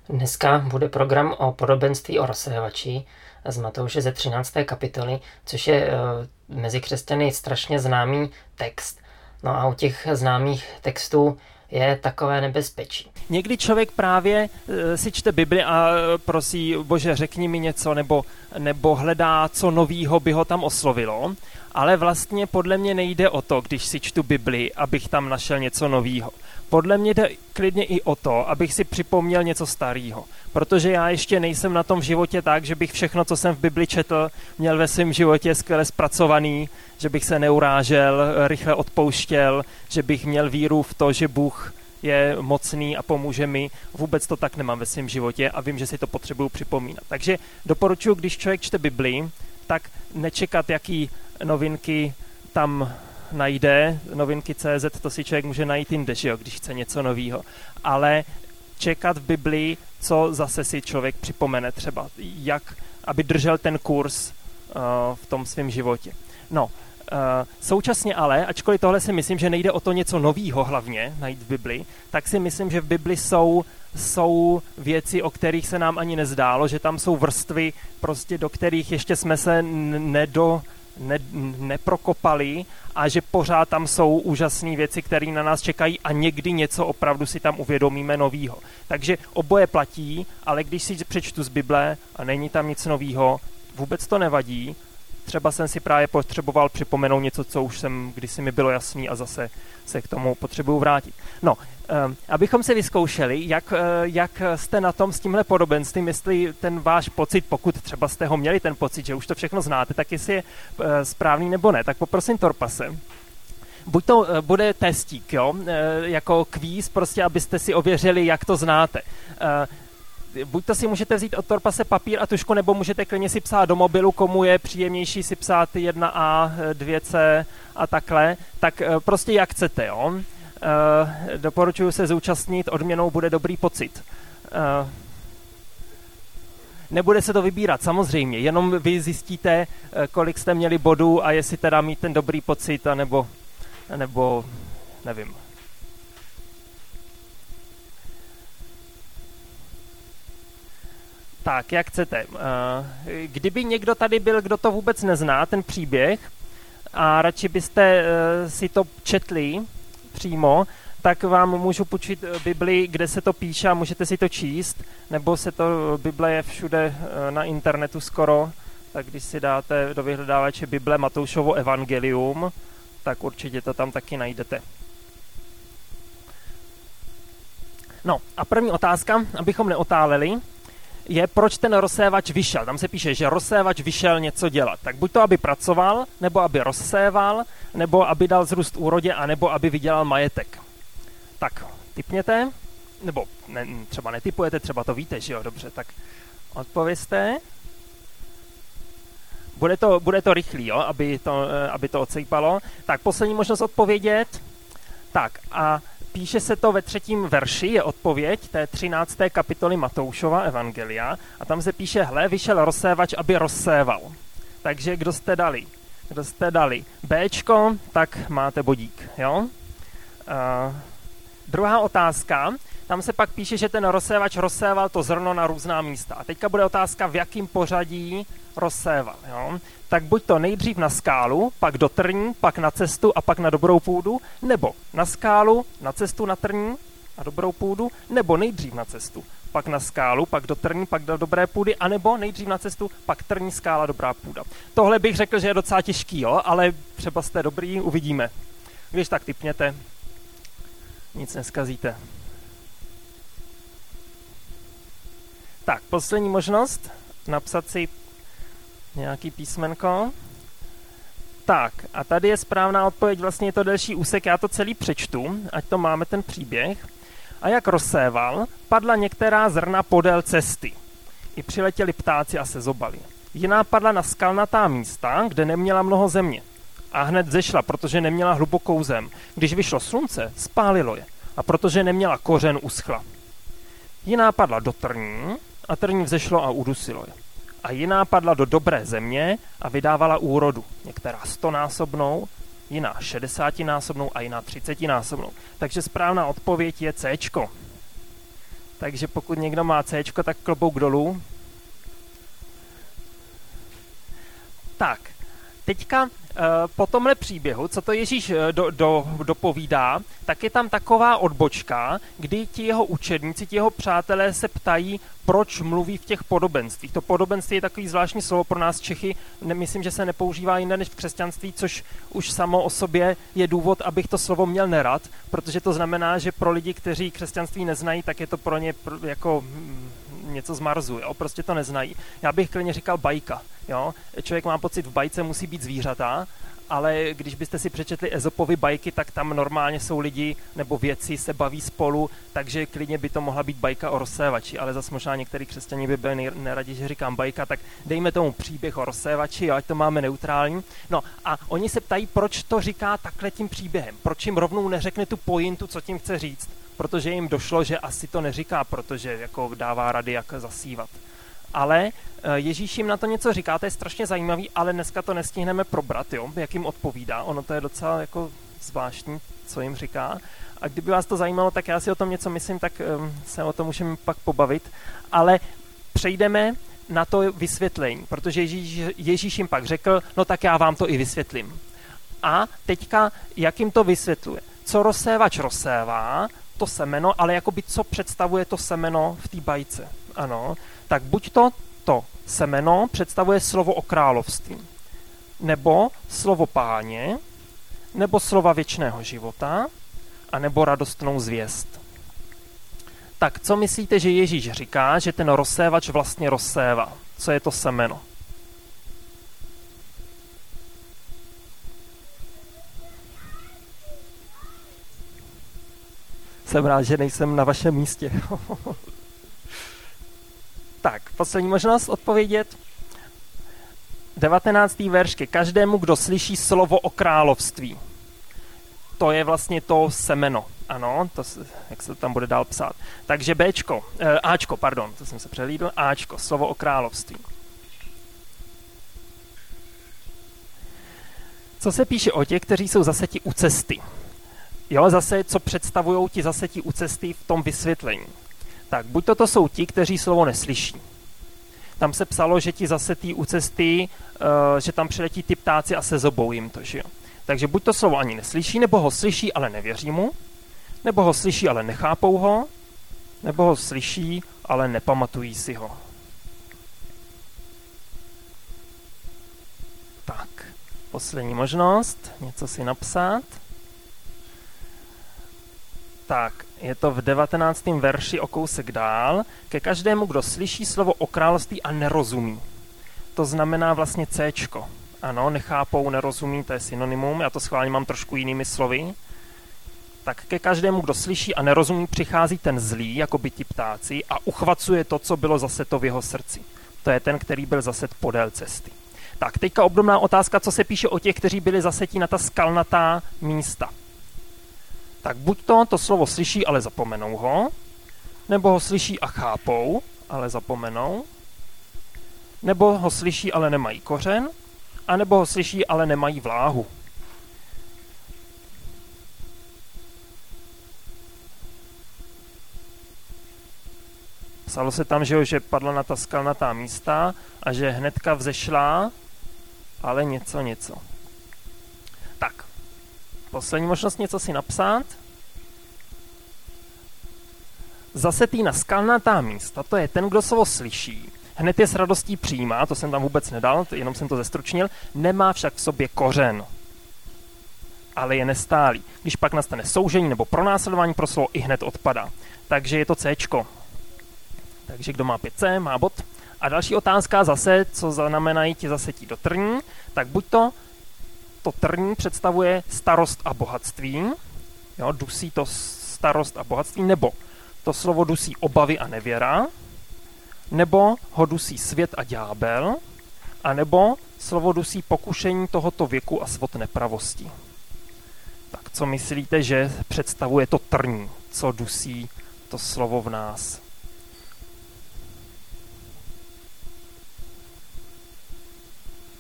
Dneska bude program o podobenství o rozsévači z Matouše ze 13. kapitoly, což je mezi křesťany strašně známý text. No a u těch známých textů je takové nebezpečí. Někdy člověk právě si čte Bibli a prosí, Bože, řekni mi něco, nebo hledá, co novýho by ho tam oslovilo, ale vlastně podle mě nejde o to, když si čtu Bibli, abych tam našel něco novýho. Podle mě jde klidně i o to, abych si připomněl něco starého, protože já ještě nejsem na tom v životě tak, že bych všechno, co jsem v Bibli četl, měl ve svém životě skvěle zpracovaný, že bych se neurážel, rychle odpouštěl, že bych měl víru v to, že Bůh je mocný a pomůže mi. Vůbec to tak nemám ve svém životě a vím, že si to potřebuju připomínat. Takže doporučuji, když člověk čte Bibli, tak nečekat, jaký novinky tam najde, novinky.cz, to si člověk může najít jinde, že jo, když chce něco novýho, ale čekat v Biblii, co zase si člověk připomene třeba, jak, aby držel ten kurz v tom svém životě. No, současně ale, ačkoliv tohle si myslím, že nejde o to něco novýho hlavně najít v Bibli, tak si myslím, že v Bibli jsou věci, o kterých se nám ani nezdálo, že tam jsou vrstvy, prostě do kterých ještě jsme se neprokopali a že pořád tam jsou úžasné věci, které na nás čekají a někdy něco opravdu si tam uvědomíme novýho. Takže oboje platí, ale když si přečtu z Bible a není tam nic novýho, vůbec to nevadí. Třeba jsem si právě potřeboval připomenout něco, co už jsem kdysi mi bylo jasný a zase se k tomu potřebuju vrátit. No, abychom se vyzkoušeli, jak jste na tom s tímhle podobenstvím, jestli ten váš pocit, pokud třeba jste ho měli ten pocit, že už to všechno znáte, tak jestli je správný nebo ne, tak poprosím Torpase. Buď to bude testík, jo, jako kvíz, prostě abyste si ověřili, jak to znáte. Buď to si můžete vzít od Torpase papír a tužku, nebo můžete klidně si psát do mobilu, komu je příjemnější si psát 1A, 2C a takhle, tak prostě jak chcete, jo. Doporučuji se zúčastnit, odměnou bude dobrý pocit. Nebude se to vybírat, samozřejmě, jenom vy zjistíte, kolik jste měli bodů a jestli teda mít ten dobrý pocit, anebo nevím. Tak, jak chcete. Kdyby někdo tady byl, kdo to vůbec nezná, ten příběh, a radši byste si to četli přímo, tak vám můžu půjčit Bibli, kde se to píše a můžete si to číst, nebo Bible je všude na internetu skoro, tak když si dáte do vyhledávače Bible Matoušovo evangelium, tak určitě to tam taky najdete. No a první otázka, abychom neotáleli, je, proč ten rozsévač vyšel. Tam se píše, že rozsévač vyšel něco dělat. Tak buď to, aby pracoval, nebo aby rozséval, nebo aby dal zrůst úrodě, anebo aby vydělal majetek. Tak, tipněte, nebo ne, třeba netipujete, třeba to víte, že jo, dobře, tak odpovězte. Bude to rychlý, jo, aby to odsejpalo. Tak, poslední možnost odpovědět. Tak, a píše se to ve 3. verši, je odpověď té 13. kapitoly Matoušova evangelia a tam se píše, vyšel rozsévač, aby rozséval. Takže kdo jste dali Bčko, tak máte bodík, jo? Druhá otázka, tam se pak píše, že ten rozsévač rozséval to zrno na různá místa. A teďka bude otázka, v jakém pořadí rozséval, jo? Tak buď to nejdřív na skálu, pak do trní, pak na cestu a pak na dobrou půdu, nebo na skálu, na cestu, na trní a dobrou půdu, nebo nejdřív na cestu, pak na skálu, pak do trní, pak do dobré půdy, anebo nejdřív na cestu, pak trní, skála, dobrá půda. Tohle bych řekl, že je docela těžký, jo? Ale třeba jste dobrý, uvidíme. Když tak tipněte, nic neskazíte. Tak, poslední možnost, napsat si nějaký písmenko. Tak, a tady je správná odpověď, vlastně je to delší úsek, já to celý přečtu, ať to máme ten příběh. A jak rozséval, padla některá zrna podél cesty. I přiletěli ptáci a sezobali. Jiná padla na skalnatá místa, kde neměla mnoho země. A hned zešla, protože neměla hlubokou zem. Když vyšlo slunce, spálilo je. A protože neměla kořen, uschla. Jiná padla do trní, a trní vzešlo a udusilo je. A jiná padla do dobré země a vydávala úrodu. Některá 100násobnou, jiná 60násobnou a jiná 30násobnou. Takže správná odpověď je Cčko. Takže pokud někdo má Cčko, tak klobouk dolů. Tak, teďka po tomhle příběhu, co to Ježíš dopovídá, tak je tam taková odbočka, kdy ti jeho učedníci, ti jeho přátelé se ptají, proč mluví v těch podobenstvích. To podobenství je takový zvláštní slovo pro nás Čechy, myslím, že se nepoužívá jinde než v křesťanství, což už samo o sobě je důvod, abych to slovo měl nerad, protože to znamená, že pro lidi, kteří křesťanství neznají, tak je to pro ně jako něco z Marsu, jo? Prostě to neznají. Já bych klidně říkal bajka. Jo? Člověk má pocit, v bajce musí být zvířata, ale když byste si přečetli Ezopovy bajky, tak tam normálně jsou lidi nebo věci se baví spolu, takže klidně by to mohla být bajka o rozsévači, ale zase možná některý křesťané by byli neradi, že říkám bajka, tak dejme tomu příběh o rozsévači, jo, ať to máme neutrální. No a oni se ptají, proč to říká takhle tím příběhem, proč jim rovnou neřekne tu pointu, co tím chce říct, protože jim došlo, že asi to neříká, protože jako dává rady, jak zasívat. Ale Ježíš jim na to něco říká, to je strašně zajímavý, ale dneska to nestihneme probrat, jo, jak jim odpovídá. Ono to je docela jako zvláštní, co jim říká. A kdyby vás to zajímalo, tak já si o tom něco myslím, tak se o tom můžeme pak pobavit. Ale přejdeme na to vysvětlení, protože Ježíš jim pak řekl, no tak já vám to i vysvětlím. A teďka, jak jim to vysvětluje? Co rozsévač rozsévá, to semeno, ale jakoby co představuje to semeno v té bajce. Ano, tak buď to semeno představuje slovo o království, nebo slovo Páně, nebo slova věčného života, a nebo radostnou zvěst. Tak co myslíte, že Ježíš říká, že ten rozsévač vlastně rozsévá? Co je to semeno? Jsem rád, že nejsem na vašem místě. Tak, poslední možnost odpovědět. 19. verš. Ke každému, kdo slyší slovo o království. To je vlastně to semeno. Ano, to, jak se tam bude dál psát. Takže Ačko, pardon, to jsem se přehlídl. Ačko, slovo o království. Co se píše o těch, kteří jsou zaseti u cesty? Jo, zase, co představují ti zaseti u cesty v tom vysvětlení. Tak, buď to jsou ti, kteří slovo neslyší. Tam se psalo, že ti zasetí u cesty, že tam přiletí ty ptáci a sezobou jim to, že jo. Takže buď to slovo ani neslyší, nebo ho slyší, ale nevěří mu, nebo ho slyší, ale nechápou ho, nebo ho slyší, ale nepamatují si ho. Tak, poslední možnost, něco si napsat. Tak, je to v 19. verši o kousek dál. Ke každému, kdo slyší slovo o království a nerozumí. To znamená vlastně Cčko. Ano, nechápou, nerozumí, to je synonymum. Já to schválně mám trošku jinými slovy. Tak ke každému, kdo slyší a nerozumí, přichází ten zlý, jako by ti ptáci, a uchvacuje to, co bylo zaseto v jeho srdci. To je ten, který byl zaset podél cesty. Tak, teďka obdobná otázka, co se píše o těch, kteří byli zasetí na ta skalnatá místa. Tak buď to slovo slyší, ale zapomenou ho, nebo ho slyší a chápou, ale zapomenou, nebo ho slyší, ale nemají kořen, anebo ho slyší, ale nemají vláhu. Psalo se tam, že padla na ta skalnatá místa a že hnedka vzešla, ale něco. Tak, poslední možnost něco si napsat. Zasetý na skalnatá místa, to je ten, kdo slovo slyší, hned je s radostí přijímá, to jsem tam vůbec nedal, jenom jsem to zestručnil, nemá však v sobě kořen, ale je nestálý. Když pak nastane soužení nebo pronásledování pro slovo, i hned odpadá. Takže je to Cčko. Takže kdo má 5C, má bod. A další otázka zase, co znamenají ti zasetí do trní, tak buď to trní představuje starost a bohatství, jo, dusí to starost a bohatství, nebo to slovo dusí obavy a nevěra, nebo ho dusí svět a ďábel, a nebo slovo dusí pokušení tohoto věku a svod nepravosti. Tak co myslíte, že představuje to trní, co dusí to slovo v nás?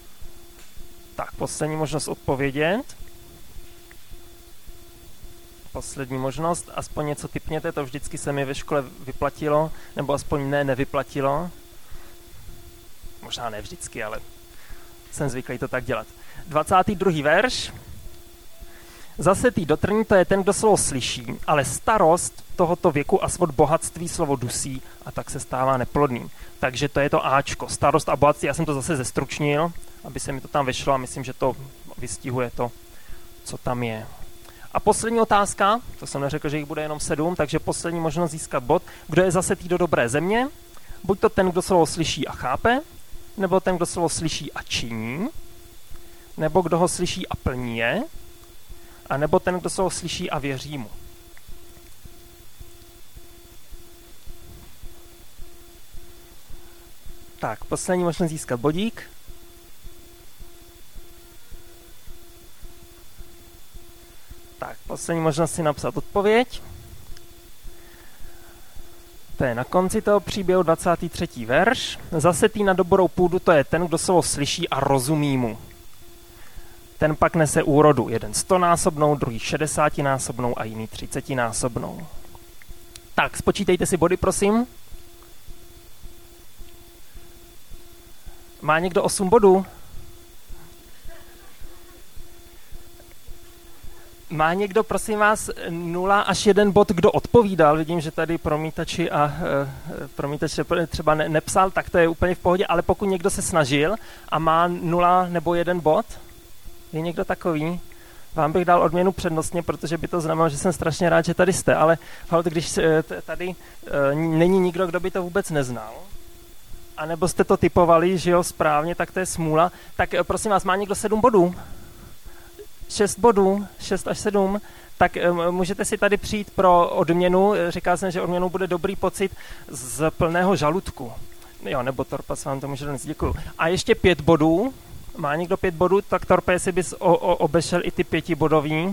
Tak, poslední možnost odpovědět. poslední možnost, aspoň něco tipněte, to vždycky se mi ve škole vyplatilo, nebo aspoň nevyplatilo. Možná ne vždycky, ale jsem zvyklý to tak dělat. 22. verš. Zasetý do trní, to je ten, kdo slovo slyší, ale starost tohoto věku a svod bohatství slovo dusí a tak se stává neplodným. Takže to je to Ačko, starost a bohatství. Já jsem to zase zestručnil, aby se mi to tam vešlo a myslím, že to vystihuje to, co tam je. A poslední otázka, to jsem neřekl, že jich bude jenom 7, takže poslední možnost získat bod. Kdo je zasetý do dobré země? Buď to ten, kdo slovo slyší a chápe, nebo ten, kdo slovo slyší a činí, nebo kdo ho slyší a plní je, a nebo ten, kdo slovo slyší a věří mu. Tak, poslední možnost získat bodík. Tak, poslední možnost si napsat odpověď. To je na konci toho příběhu 23. verš. Zasetý na dobrou půdu, to je ten, kdo slovo slyší a rozumí mu. Ten pak nese úrodu, jeden 100násobnou, druhý 60násobnou a jiný 30násobnou. Tak, spočítejte si body, prosím. Má někdo 8 bodů? Má někdo, prosím vás, 0 až 1 bod, kdo odpovídal? Vidím, že tady promítači třeba nepsal, tak to je úplně v pohodě, ale pokud někdo se snažil a má 0 nebo 1 bod, je někdo takový? Vám bych dal odměnu přednostně, protože by to znamenalo, že jsem strašně rád, že tady jste, ale když tady není nikdo, kdo by to vůbec neznal, anebo jste to typovali, že jo, správně, tak to je smůla, tak prosím vás, má někdo 7 bodů? 6 bodů, 6 až 7, tak můžete si tady přijít pro odměnu. Říkal jsem, že odměnou bude dobrý pocit z plného žaludku. Jo, nebo Torpas vám to může dnes, děkuju. A ještě 5 bodů. Má někdo 5 bodů? Tak Torpe, jestli bys obešel i ty 5bodový.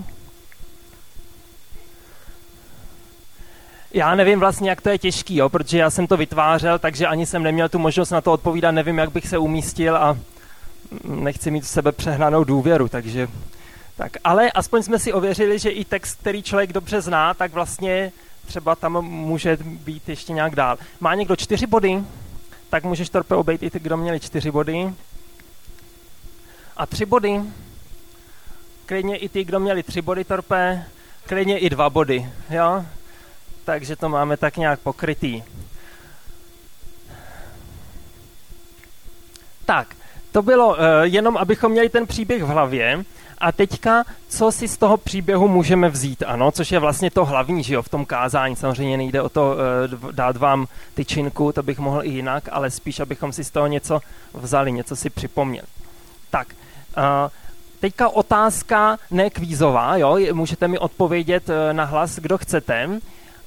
Já nevím vlastně, jak to je těžký, jo, protože já jsem to vytvářel, takže ani jsem neměl tu možnost na to odpovídat, nevím, jak bych se umístil a nechci mít v sebe přehnanou důvěru, takže... Tak, ale aspoň jsme si ověřili, že i text, který člověk dobře zná, tak vlastně třeba tam může být ještě nějak dál. Má někdo 4 body? Tak můžeš, Torpe, obejít i ty, kdo měli 4 body. A 3 body? Klidně i ty, kdo měli 3 body, Torpe. Klidně i 2 body, jo? Takže to máme tak nějak pokrytý. Tak, to bylo jenom, abychom měli ten příběh v hlavě. A teďka, co si z toho příběhu můžeme vzít, ano, což je vlastně to hlavní, že jo, v tom kázání. Samozřejmě nejde o to dát vám tyčinku, to bych mohl i jinak, ale spíš, abychom si z toho něco vzali, něco si připomněli. Tak, teďka otázka nekvízová, jo, můžete mi odpovědět na hlas, kdo chcete.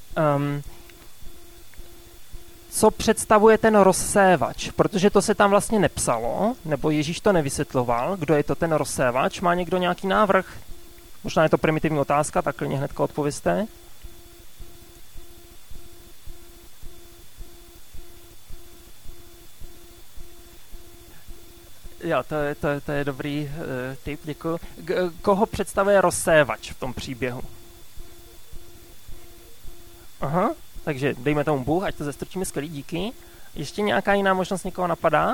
Co představuje ten rozsévač, protože to se tam vlastně nepsalo, nebo Ježíš to nevysvětloval, kdo je to ten rozsévač, má někdo nějaký návrh? Možná je to primitivní otázka, tak klidně hnedka odpovězte. Jo, to je dobrý tip, děkuji. Koho představuje rozsévač v tom příběhu? Aha. Takže dejme tomu Bůh, ať to zestručíme, skvělý, díky. Ještě nějaká jiná možnost někoho napadá?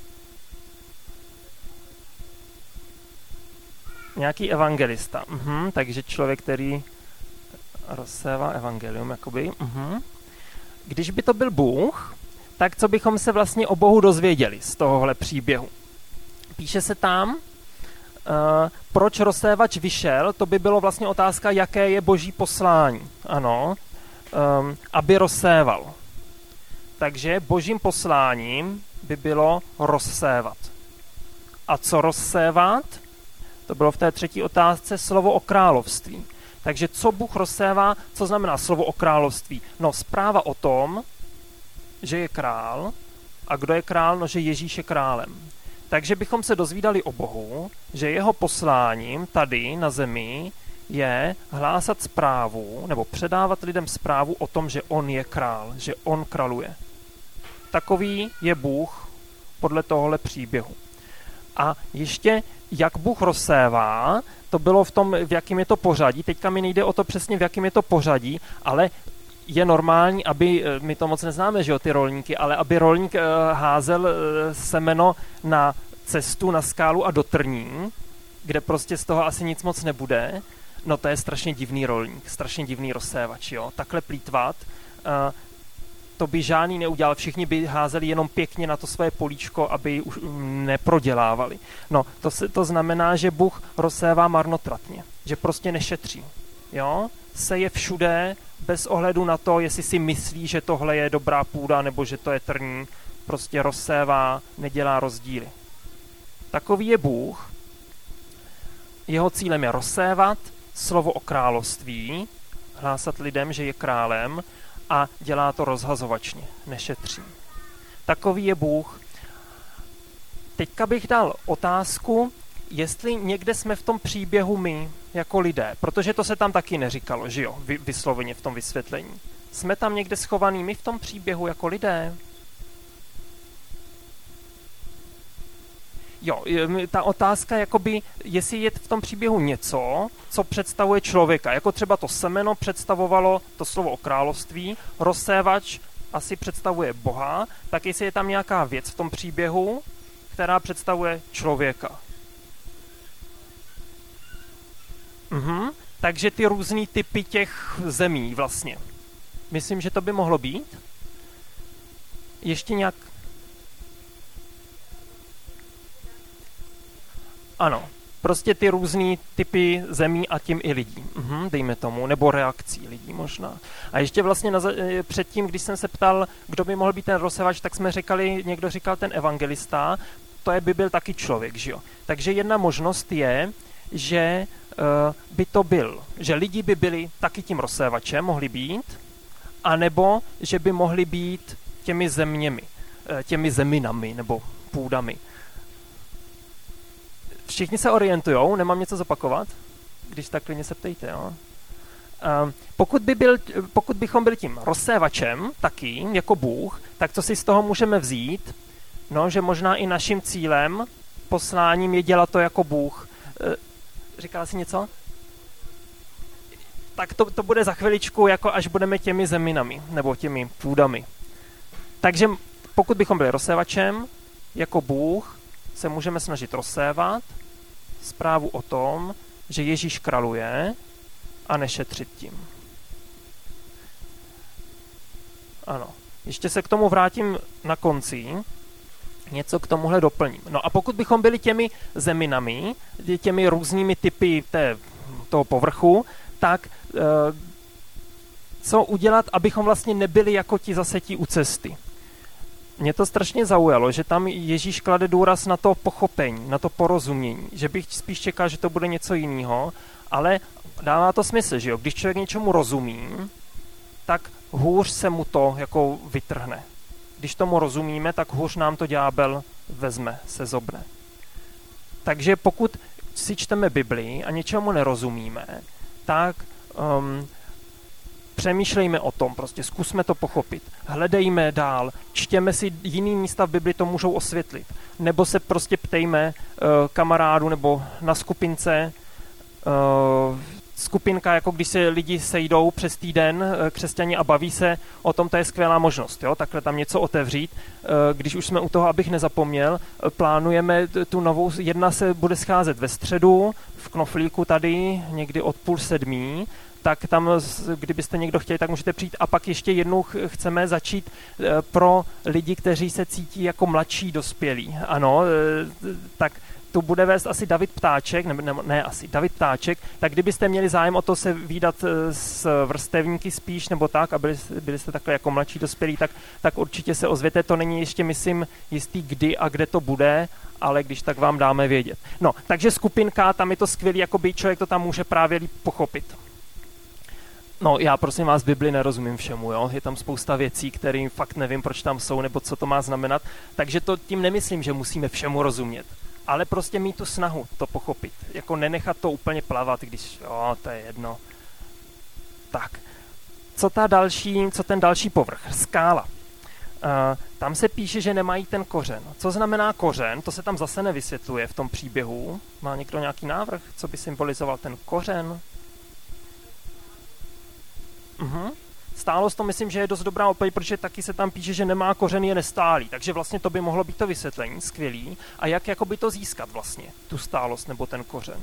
Nějaký evangelista. Takže člověk, který rozsévá evangelium, jakoby. Když by to byl Bůh, tak co bychom se vlastně o Bohu dozvěděli z tohohle příběhu? Píše se tam, proč rozsévač vyšel, to by bylo vlastně otázka, jaké je boží poslání. Ano, aby rozséval. Takže božím posláním by bylo rozsévat. A co rozsévat? To bylo v té 3. otázce slovo o království. Takže co Bůh rozsévá, co znamená slovo o království? No, zpráva o tom, že je král. A kdo je král? No, že Ježíš je králem. Takže bychom se dozvídali o Bohu, že jeho posláním tady na zemi je hlásat zprávu, nebo předávat lidem zprávu o tom, že on je král, že on králuje. Takový je Bůh podle tohohle příběhu. A ještě jak Bůh rozsévá, to bylo v tom, v jakém je to pořadí. Teďka mi nejde o to přesně, v jakém je to pořadí, ale je normální, aby, my to moc neznáme, že jo, ty rolníky, ale aby rolník házel semeno na cestu, na skálu a do trní, kde prostě z toho asi nic moc nebude, no to je strašně divný rolník, strašně divný rozsévač, jo. Takhle plýtvat, to by žádný neudělal, všichni by házeli jenom pěkně na to své políčko, aby už neprodělávali. No, to znamená, že Bůh rozsévá marnotratně, že prostě nešetří, jo. Seje všude, bez ohledu na to, jestli si myslí, že tohle je dobrá půda, nebo že to je trní, prostě rozsévá, nedělá rozdíly. Takový je Bůh. Jeho cílem je rozsévat slovo o království, hlásat lidem, že je králem a dělá to rozhazovačně, nešetří. Takový je Bůh. Teďka bych dal otázku, jestli někde jsme v tom příběhu my, jako lidé, protože to se tam taky neříkalo, že jo, vysloveně v tom vysvětlení. Jsme tam někde schovaný my v tom příběhu jako lidé? Jo, ta otázka, jakoby, jestli je v tom příběhu něco, co představuje člověka, jako třeba to semeno představovalo to slovo o království, rozsévač asi představuje Boha, tak jestli je tam nějaká věc v tom příběhu, která představuje člověka. Takže ty různý typy těch zemí vlastně. Myslím, že to by mohlo být. Ještě nějak... Ano, prostě ty různý typy zemí a tím i lidí. Dejme tomu, nebo reakcí lidí možná. A ještě vlastně předtím, když jsem se ptal, kdo by mohl být ten rozsévač, tak jsme říkali, někdo říkal ten evangelista, to by byl taky člověk, že jo. Takže jedna možnost je, že by to byl, že lidi by byli taky tím rozsévačem, mohli být, anebo že by mohli být těmi zeměmi, těmi zeminami nebo půdami. Všichni se orientujou, nemám něco zopakovat? Když tak klidně se ptejte, jo. Pokud bychom byli tím rozsévačem taky, jako Bůh, tak co si z toho můžeme vzít? No, že možná i naším cílem, posláním je dělat to jako Bůh. Říkala jsi něco? Tak to bude za chviličku, jako až budeme těmi zeminami, nebo těmi půdami. Takže pokud bychom byli rozsévačem, jako Bůh, se můžeme snažit rozsévat zprávu o tom, že Ježíš králuje a nešetřit tím. Ano. Ještě se k tomu vrátím na konci. Něco k tomuhle doplním. No a pokud bychom byli těmi zeminami, těmi různými typy toho povrchu, tak co udělat, abychom vlastně nebyli jako ti zasetí u cesty? Mě to strašně zaujalo, že tam Ježíš klade důraz na to pochopení, na to porozumění, že bych spíš čekal, že to bude něco jiného, ale dává to smysl, že jo? Když člověk něčemu rozumí, tak hůř se mu to jako vytrhne. Když tomu rozumíme, tak hůř nám to ďábel vezme, se zobne. Takže pokud si čteme Biblii a něčemu nerozumíme, tak přemýšlejme o tom, prostě zkusme to pochopit. Hledejme dál, čtěme si jiný místa v Bibli, to můžou osvětlit. Nebo se prostě ptejme kamarádu nebo na skupince, skupinka, jako když se lidi sejdou přes týden, křesťani, a baví se o tom, to je skvělá možnost, jo? Takhle tam něco otevřít. Když už jsme u toho, abych nezapomněl, plánujeme tu novou, jedna se bude scházet ve středu, v Knoflíku tady, někdy od 6:30, tak tam, kdybyste někdo chtěli, tak můžete přijít. A pak ještě jednou chceme začít pro lidi, kteří se cítí jako mladší dospělí. Ano, tak tu bude vést asi David Ptáček, David Ptáček, tak kdybyste měli zájem o to se vídat s vrstevníky spíš, nebo tak, a byli jste takhle jako mladší dospělí, tak určitě se ozvěte, to není ještě, myslím, jistý kdy a kde to bude, ale když tak vám dáme vědět. No, takže skupinka, tam je to skvělý, jakoby člověk to tam může právě líp pochopit. No, já prosím vás, Bibli nerozumím všemu, jo? Je tam spousta věcí, které fakt nevím, proč tam jsou, nebo co to má znamenat, takže to tím nemyslím, že musíme všemu rozumět. Ale prostě mít tu snahu to pochopit. Jako nenechat to úplně plavat, když, jo, to je jedno. Tak. Co ten další povrch? Skála. Tam se píše, že nemají ten kořen. Co znamená kořen? To se tam zase nevysvětluje v tom příběhu. Má někdo nějaký návrh, co by symbolizoval ten kořen? Stálost, to myslím, že je dost dobrá odpověď, protože taky se tam píše, že nemá kořen, je nestálý. Takže vlastně to by mohlo být to vysvětlení, skvělý. A jak jakoby to získat vlastně, tu stálost nebo ten kořen?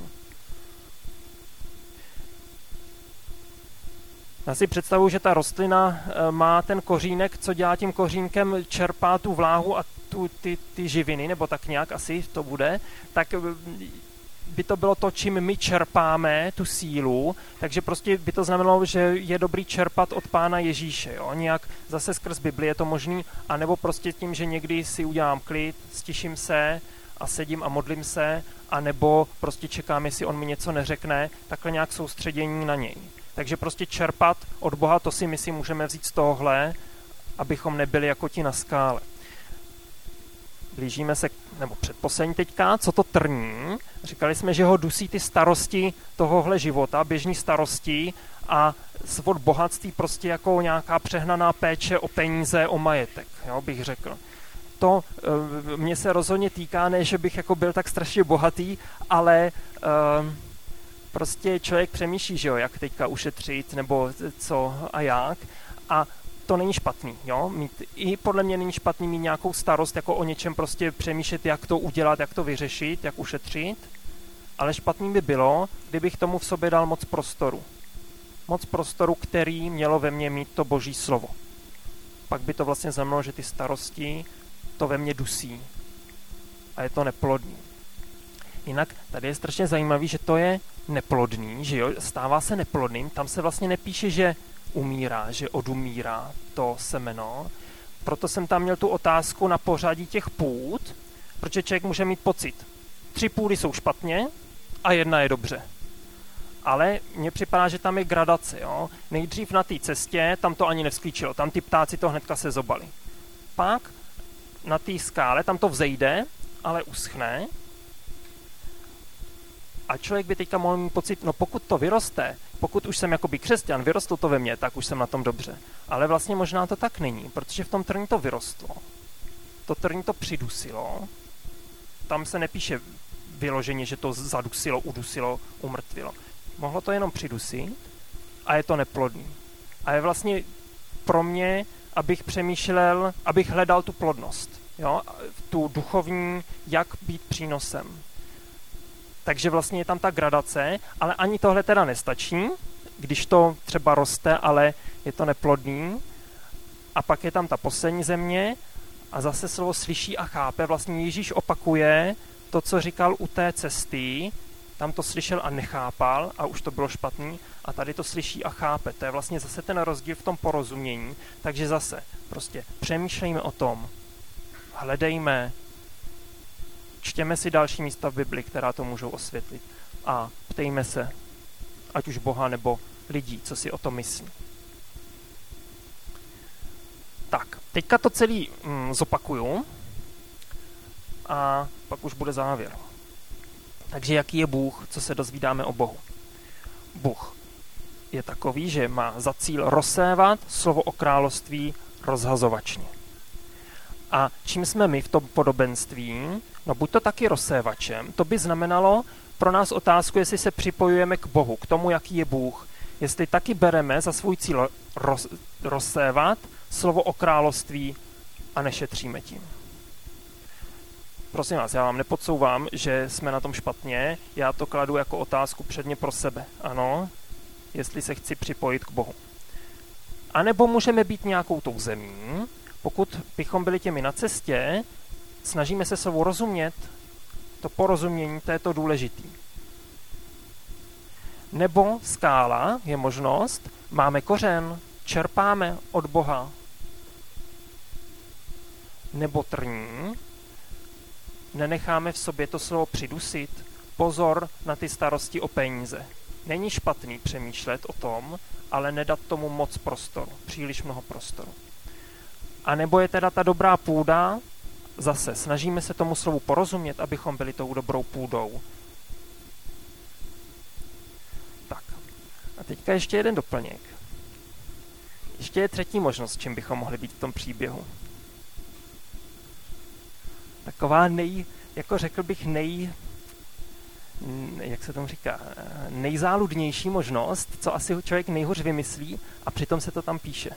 Já si představuji, že ta rostlina má ten kořínek, co dělá tím kořínkem, čerpá tu vláhu a ty živiny, nebo tak nějak asi to bude, tak by to bylo to, čím my čerpáme tu sílu, takže prostě by to znamenalo, že je dobrý čerpat od Pána Ježíše, jo? Nějak zase skrz Bibli je to možný, anebo prostě tím, že někdy si udělám klid, stiším se a sedím a modlím se, anebo prostě čekám, jestli on mi něco neřekne, takhle nějak soustředění na něj. Takže prostě čerpat od Boha, to si my si můžeme vzít z tohohle, abychom nebyli jako ti na skále. Blížíme se, nebo předposlední teďka, co to trní. Říkali jsme, že ho dusí ty starosti tohohle života, běžní starosti a svod bohatství prostě jako nějaká přehnaná péče o peníze, o majetek, jo, bych řekl. To mě se rozhodně týká, ne, že bych jako byl tak strašně bohatý, ale prostě člověk přemýšlí, že jo, jak teďka ušetřit, nebo co a jak. A to není špatný, jo. I podle mě není špatný mít nějakou starost, jako o něčem prostě přemýšlet, jak to udělat, jak to vyřešit, jak ušetřit. Ale špatný by bylo, kdybych tomu v sobě dal moc prostoru. Moc prostoru, který mělo ve mně mít to Boží slovo. Pak by to vlastně znamenalo, že ty starosti to ve mně dusí. A je to neplodný. Jinak tady je strašně zajímavý, že to je neplodný, že jo, stává se neplodným, tam se vlastně nepíše, že umírá, že odumírá to semeno. Proto jsem tam měl tu otázku na pořadí těch půd, protože člověk může mít pocit, 3 půdy jsou špatně a 1 je dobře. Ale mně připadá, že tam je gradace, jo. Nejdřív na té cestě, tam to ani nevzklíčilo, tam ty ptáci to hnedka se zobali. Pak na té skále, tam to vzejde, ale uschne. A člověk by teďka mohl mít pocit, no pokud to vyroste, pokud už jsem jakoby křesťan, vyrostlo to ve mně, tak už jsem na tom dobře. Ale vlastně možná to tak není, protože v tom trní to vyrostlo. To trní to přidusilo. Tam se nepíše vyloženě, že to zadusilo, udusilo, umrtvilo. Mohlo to jenom přidusit a je to neplodný. A je vlastně pro mě, abych přemýšlel, abych hledal tu plodnost. Jo? Tu duchovní, jak být přínosem. Takže vlastně je tam ta gradace, ale ani tohle teda nestačí, když to třeba roste, ale je to neplodný. A pak je tam ta poslední země a zase slovo slyší a chápe. Vlastně Ježíš opakuje to, co říkal u té cesty. Tam to slyšel a nechápal a už to bylo špatný. A tady to slyší a chápe. To je vlastně zase ten rozdíl v tom porozumění. Takže zase prostě přemýšlejme o tom. Hledejme. Čtěme si další místa v Bibli, která to můžou osvětlit. A ptejme se, ať už Boha nebo lidí, co si o tom myslí. Tak, teďka to celý zopakuju a pak už bude závěr. Takže jaký je Bůh, co se dozvídáme o Bohu? Bůh je takový, že má za cíl rozsévat slovo o království rozhazovačně. A čím jsme my v tom podobenství? No buď to taky rozsévačem, to by znamenalo pro nás otázku, jestli se připojujeme k Bohu, k tomu, jaký je Bůh. Jestli taky bereme za svůj cíl rozsévat slovo o království a nešetříme tím. Prosím vás, já vám nepodsouvám, že jsme na tom špatně, já to kladu jako otázku předně pro sebe. Ano, jestli se chci připojit k Bohu. A nebo můžeme být nějakou tou zemí, pokud bychom byli těmi na cestě, snažíme se slovu rozumět, to porozumění, to je to důležitý. Nebo skála je možnost, máme kořen, čerpáme od Boha. Nebo trní, nenecháme v sobě to slovo přidusit, pozor na ty starosti o peníze. Není špatný přemýšlet o tom, ale nedat tomu moc prostoru, příliš mnoho prostoru. A nebo je teda ta dobrá půda, zase snažíme se tomu slovu porozumět, abychom byli tou dobrou půdou. Tak. A teďka ještě jeden doplněk. Ještě je třetí možnost, čím bychom mohli být v tom příběhu. taková jako řekl bych jak se tomu říká, nejzáludnější možnost, co asi člověk nejhůř vymyslí, a přitom se to tam píše.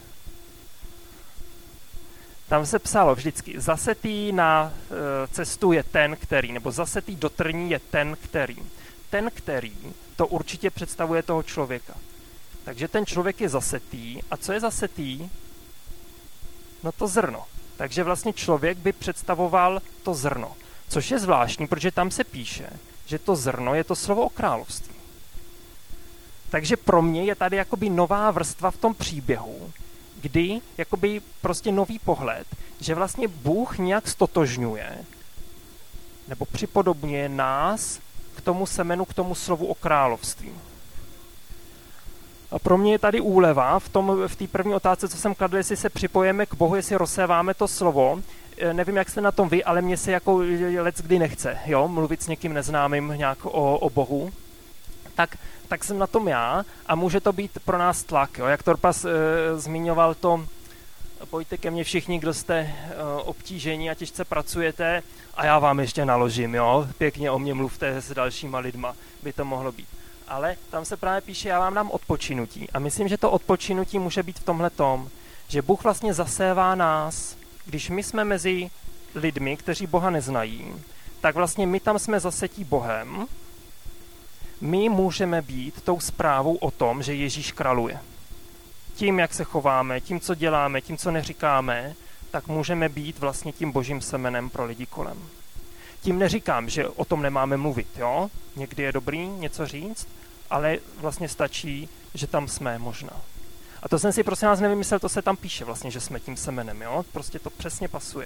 Tam se psalo vždycky, zasetý na cestu je ten, který, nebo zasetý do trní je ten, který. Ten, který, to určitě představuje toho člověka. Takže ten člověk je zasetý. A co je zasetý? No to zrno. Takže vlastně člověk by představoval to zrno. Což je zvláštní, protože tam se píše, že to zrno je to slovo o království. Takže pro mě je tady jakoby nová vrstva v tom příběhu, kdy jakoby prostě nový pohled, že vlastně Bůh nějak stotožňuje nebo připodobňuje nás k tomu semenu, k tomu slovu o království. A pro mě je tady úleva v té první otázce, co jsem kladl, jestli se připojeme k Bohu, jestli rozséváme to slovo. Nevím, jak jste na tom vy, ale mně se jako leckdy nechce, jo, mluvit s někým neznámým nějak o Bohu. Tak jsem na tom já a může to být pro nás tlak. Jo. Jak Torpas zmiňoval to, pojďte ke mně všichni, kdo jste obtížení a těžce pracujete a já vám ještě naložím, jo, pěkně o mě mluvte s dalšíma lidma, by to mohlo být. Ale tam se právě píše, já vám dám odpočinutí. A myslím, že to odpočinutí může být v tomhle tom, že Bůh vlastně zasévá nás, když my jsme mezi lidmi, kteří Boha neznají, tak vlastně my tam jsme zasetí Bohem. My můžeme být tou zprávou o tom, že Ježíš králuje. Tím, jak se chováme, tím, co děláme, tím, co neříkáme, tak můžeme být vlastně tím božím semenem pro lidi kolem. Tím neříkám, že o tom nemáme mluvit, jo? Někdy je dobrý něco říct, ale vlastně stačí, že tam jsme možná. A to jsem si prosím vás nevymyslel, to se tam píše vlastně, že jsme tím semenem, jo? Prostě to přesně pasuje.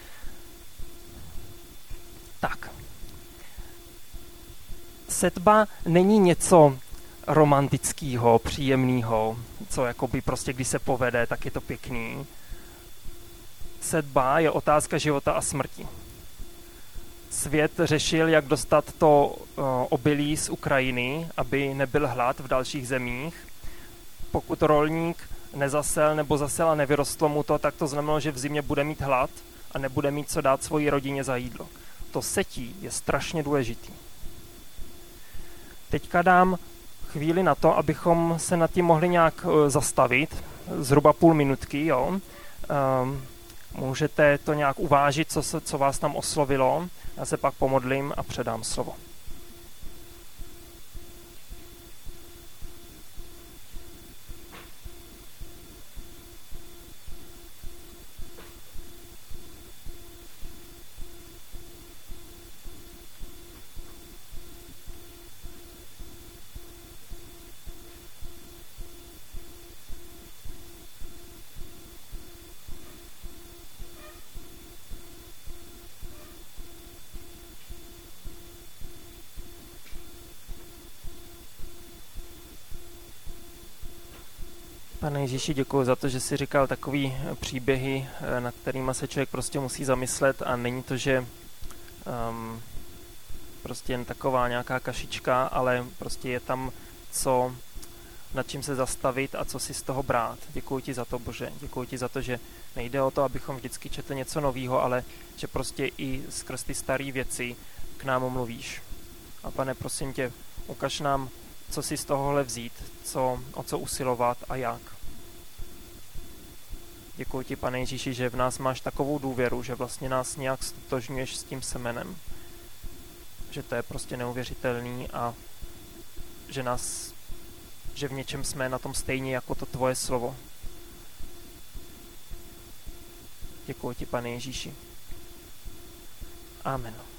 Tak. Setba není něco romantického, příjemného, co jakoby prostě, když se povede, tak je to pěkný. Setba je otázka života a smrti. Svět řešil, jak dostat to obilí z Ukrajiny, aby nebyl hlad v dalších zemích. Pokud rolník nezasel nebo zasel a nevyrostlo mu to, tak to znamenalo, že v zimě bude mít hlad a nebude mít co dát svojí rodině za jídlo. To setí je strašně důležitý. Teďka dám chvíli na to, abychom se nad tím mohli nějak zastavit, zhruba půl minutky, jo. Můžete to nějak uvážit, co vás tam oslovilo. Já se pak pomodlím a předám slovo. Pane Ježíši, děkuji za to, že jsi říkal takový příběhy, nad kterýma se člověk prostě musí zamyslet a není to, že prostě jen taková nějaká kašička, ale prostě je tam nad čím se zastavit a co si z toho brát. Děkuji ti za to, Bože. Děkuji ti za to, že nejde o to, abychom vždycky četli něco nového, ale že prostě i skrz ty staré věci k nám mluvíš. A pane, prosím tě, ukaž nám, co si z tohohle vzít, o co usilovat a jak. Děkuji ti, Pane Ježíši, že v nás máš takovou důvěru, že vlastně nás nějak stotožňuješ s tím semenem. Že to je prostě neuvěřitelný a že v něčem jsme na tom stejně jako to tvoje slovo. Děkuji ti, Pane Ježíši. Amen.